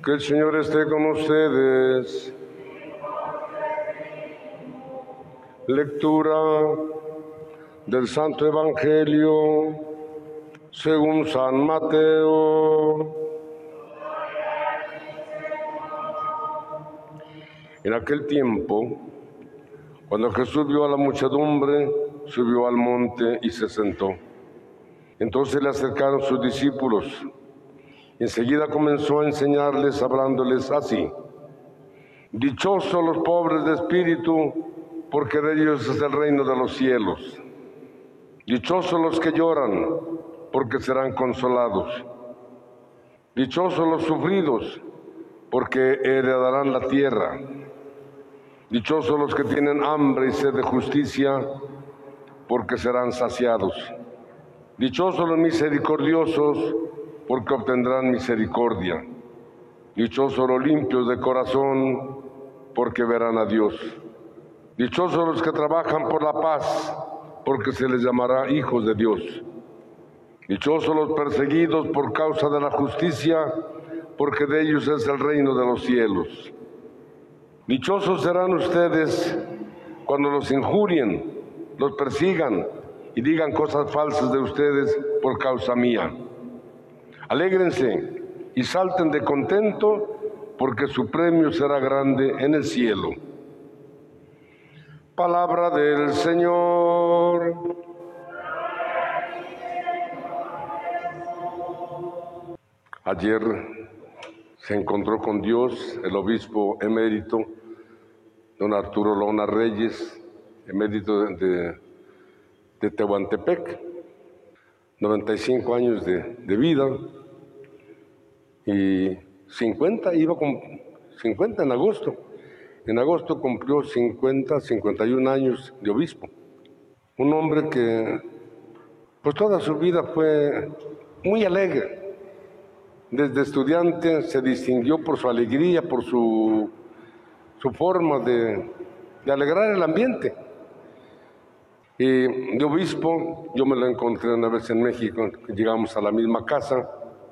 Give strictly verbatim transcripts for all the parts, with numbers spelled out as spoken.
Que el Señor esté con ustedes. Lectura del Santo Evangelio según San Mateo. En aquel tiempo, cuando Jesús vio a la muchedumbre, subió al monte y se sentó. Entonces le acercaron sus discípulos. Enseguida comenzó a enseñarles, hablándoles así: dichosos los pobres de espíritu, porque de ellos es el reino de los cielos. Dichosos los que lloran, porque serán consolados. Dichosos los sufridos, porque heredarán la tierra. Dichosos los que tienen hambre y sed de justicia, porque serán saciados. Dichosos los misericordiosos, porque obtendrán misericordia. Dichosos los limpios de corazón, porque verán a Dios. Dichosos los que trabajan por la paz, porque se les llamará hijos de Dios. Dichosos los perseguidos por causa de la justicia, porque de ellos es el reino de los cielos. Dichosos serán ustedes cuando los injurien, los persigan y digan cosas falsas de ustedes por causa mía. Alégrense y salten de contento, porque su premio será grande en el cielo. Palabra del Señor. Ayer se encontró con Dios el obispo emérito, don Arturo Lona Reyes, emérito de, de, de Tehuantepec, noventa y cinco años de, de vida. Y cincuenta, iba con cincuenta en agosto. En agosto cumplió cincuenta, cincuenta y un años de obispo. Un hombre que, pues toda su vida fue muy alegre. Desde estudiante se distinguió por su alegría, por su, su forma de, de alegrar el ambiente. Y de obispo, yo me lo encontré una vez en México, llegamos a la misma casa.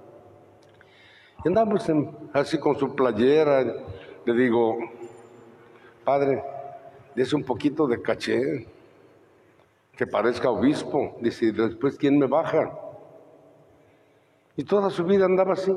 Y andamos en, así con su playera. Le digo: padre, dese un poquito de caché, que parezca obispo. Dice: después, ¿quién me baja? Y toda su vida andaba así,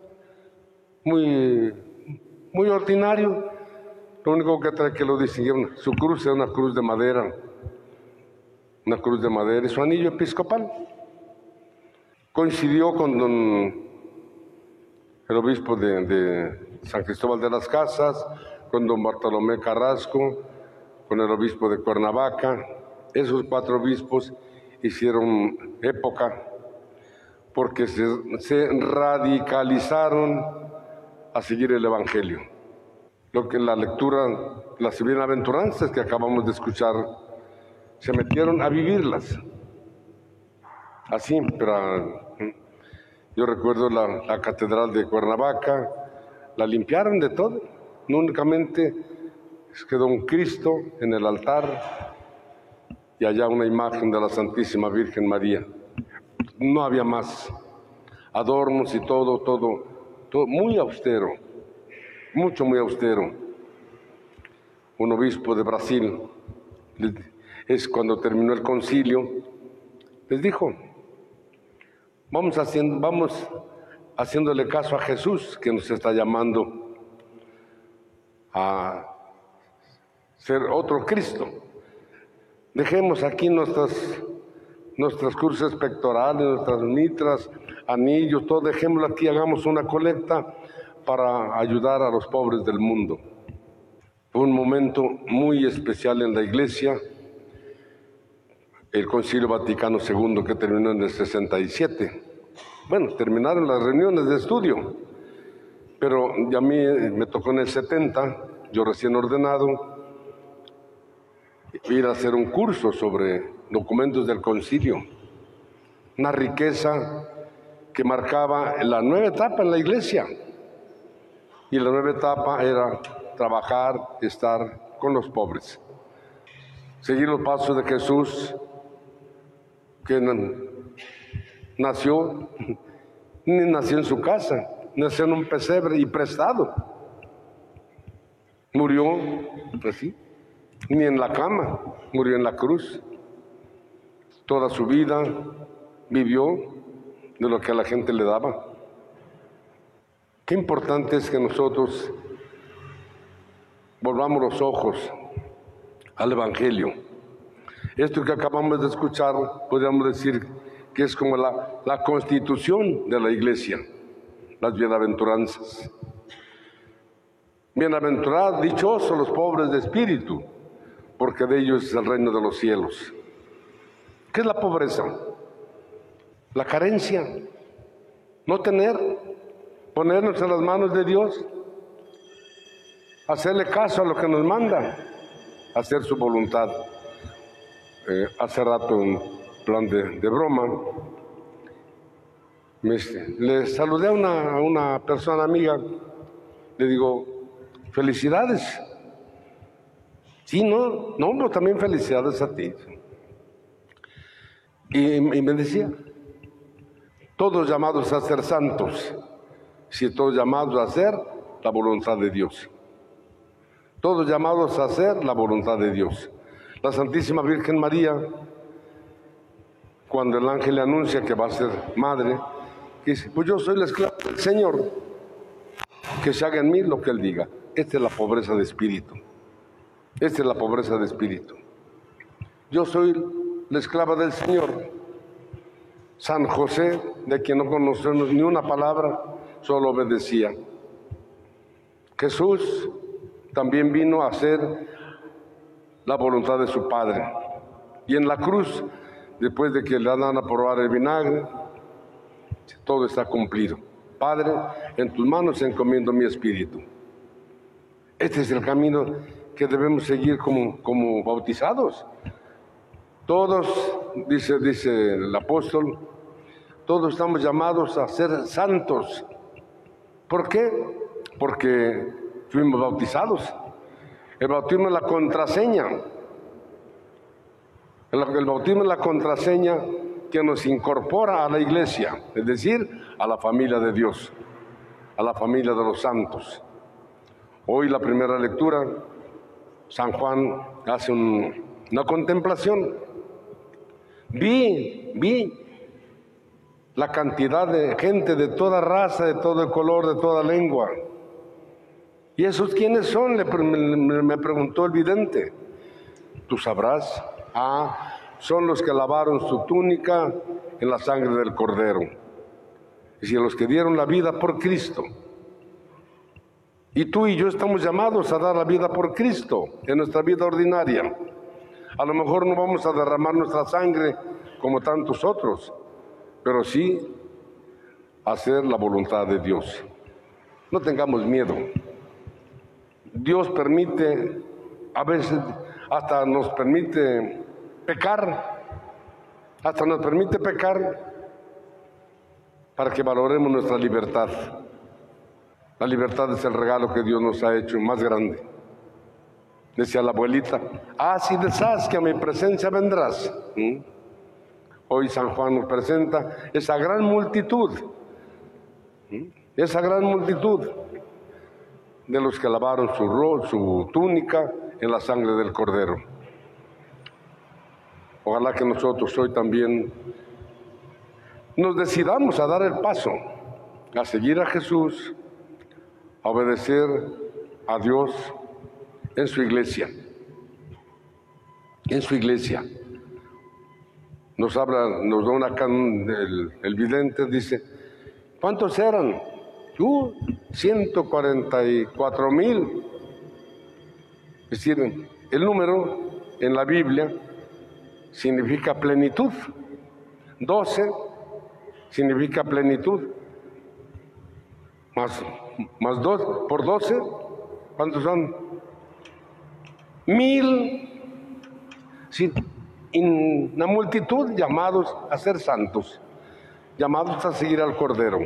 muy, muy ordinario. Lo único que trae que lo distinguieron, su cruz era una cruz de madera, una cruz de madera y su anillo episcopal. Coincidió con don el obispo de, de San Cristóbal de las Casas, con don Bartolomé Carrasco, con el obispo de Cuernavaca. Esos cuatro obispos hicieron época porque se, se radicalizaron a seguir el Evangelio. Lo que la lectura, las bienaventuranzas que acabamos de escuchar, se metieron a vivirlas. Así, pero yo recuerdo la, la catedral de Cuernavaca, la limpiaron de todo. No únicamente quedó un Cristo en el altar y allá una imagen de la Santísima Virgen María. No había más. Adornos y todo, todo, todo muy austero, mucho, muy austero. Un obispo de Brasil, es cuando terminó el concilio, les dijo: vamos haciendo, vamos haciéndole caso a Jesús, que nos está llamando a ser otro Cristo. Dejemos aquí nuestras, nuestras cruces pectorales, nuestras mitras, anillos, todo, dejémoslo aquí, hagamos una colecta para ayudar a los pobres del mundo. Fue un momento muy especial en la Iglesia, el Concilio Vaticano segundo, que terminó en el sesenta y siete. Bueno, terminaron las reuniones de estudio, pero a mí me tocó en el setenta, yo recién ordenado, ir a hacer un curso sobre documentos del concilio. Una riqueza que marcaba la nueva etapa en la Iglesia. Y la nueva etapa era trabajar, estar con los pobres. Seguir los pasos de Jesús, que nació, ni nació en su casa, nació en un pesebre y prestado. Murió, pues sí, ni en la cama, murió en la cruz. Toda su vida vivió de lo que a la gente le daba. Qué importante es que nosotros volvamos los ojos al Evangelio. Esto que acabamos de escuchar, podríamos decir que es como la, la constitución de la iglesia, las bienaventuranzas. Bienaventurados, dichosos los pobres de espíritu, porque de ellos es el reino de los cielos. ¿Qué es la pobreza? La carencia, no tener, ponernos en las manos de Dios, hacerle caso a lo que nos manda, hacer su voluntad. Eh, hace rato, en plan de, de broma, me, le saludé a una, a una persona amiga, le digo, felicidades. Sí, no, no, pero también felicidades a ti. Y, y me decía, todos llamados a ser santos, si todos llamados a hacer la voluntad de Dios. Todos llamados a hacer la voluntad de Dios. La Santísima Virgen María, cuando el ángel le anuncia que va a ser madre, dice, pues yo soy la esclava del Señor, que se haga en mí lo que Él diga. Esta es la pobreza de espíritu. Esta es la pobreza de espíritu. Yo soy la esclava del Señor. San José, de quien no conocemos ni una palabra, solo obedecía. Jesús también vino a hacer la voluntad de su Padre. Y en la cruz, después de que le dan a probar el vinagre, todo está cumplido. Padre, en tus manos encomiendo mi espíritu. Este es el camino que debemos seguir como, como bautizados. Todos, dice, dice el apóstol, todos estamos llamados a ser santos. ¿Por qué? Porque fuimos bautizados. El bautismo es la contraseña. El, el bautismo es la contraseña que nos incorpora a la iglesia, es decir, a la familia de Dios, a la familia de los santos. Hoy la primera lectura, San Juan hace un, una contemplación. Vi, vi la cantidad de gente de toda raza, de todo color, de toda lengua. ¿Y esos quiénes son? Le, me, me preguntó el vidente. Tú sabrás. Ah, son los que lavaron su túnica en la sangre del Cordero. Es decir, los que dieron la vida por Cristo. Y tú y yo estamos llamados a dar la vida por Cristo en nuestra vida ordinaria. A lo mejor no vamos a derramar nuestra sangre como tantos otros, pero sí hacer la voluntad de Dios. No tengamos miedo. Dios permite, a veces hasta nos permite pecar, hasta nos permite pecar para que valoremos nuestra libertad. La libertad es el regalo que Dios nos ha hecho más grande. Decía la abuelita, ah, si deshaces que a mi presencia vendrás. ¿Mm? Hoy San Juan nos presenta esa gran multitud, ¿Mm? esa gran multitud de los que lavaron su, ro su túnica en la sangre del Cordero. Ojalá que nosotros hoy también nos decidamos a dar el paso, a seguir a Jesús, a obedecer a Dios en su iglesia. En su iglesia. Nos habla, nos da una el, el vidente, dice, ¿cuántos eran? Uh, ciento cuarenta y cuatro mil. Es decir, el número en la Biblia significa plenitud. doce significa plenitud. Más, más dos, por doce, ¿cuántos son? Mil. Sí, una multitud llamados a ser santos, llamados a seguir al Cordero,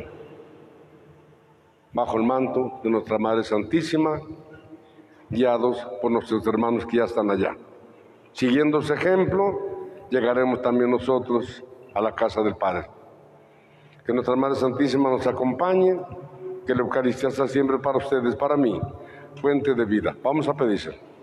bajo el manto de nuestra Madre Santísima, guiados por nuestros hermanos que ya están allá. Siguiendo ese ejemplo, llegaremos también nosotros a la casa del Padre. Que nuestra Madre Santísima nos acompañe, que la Eucaristía sea siempre para ustedes, para mí, fuente de vida. Vamos a pedirse.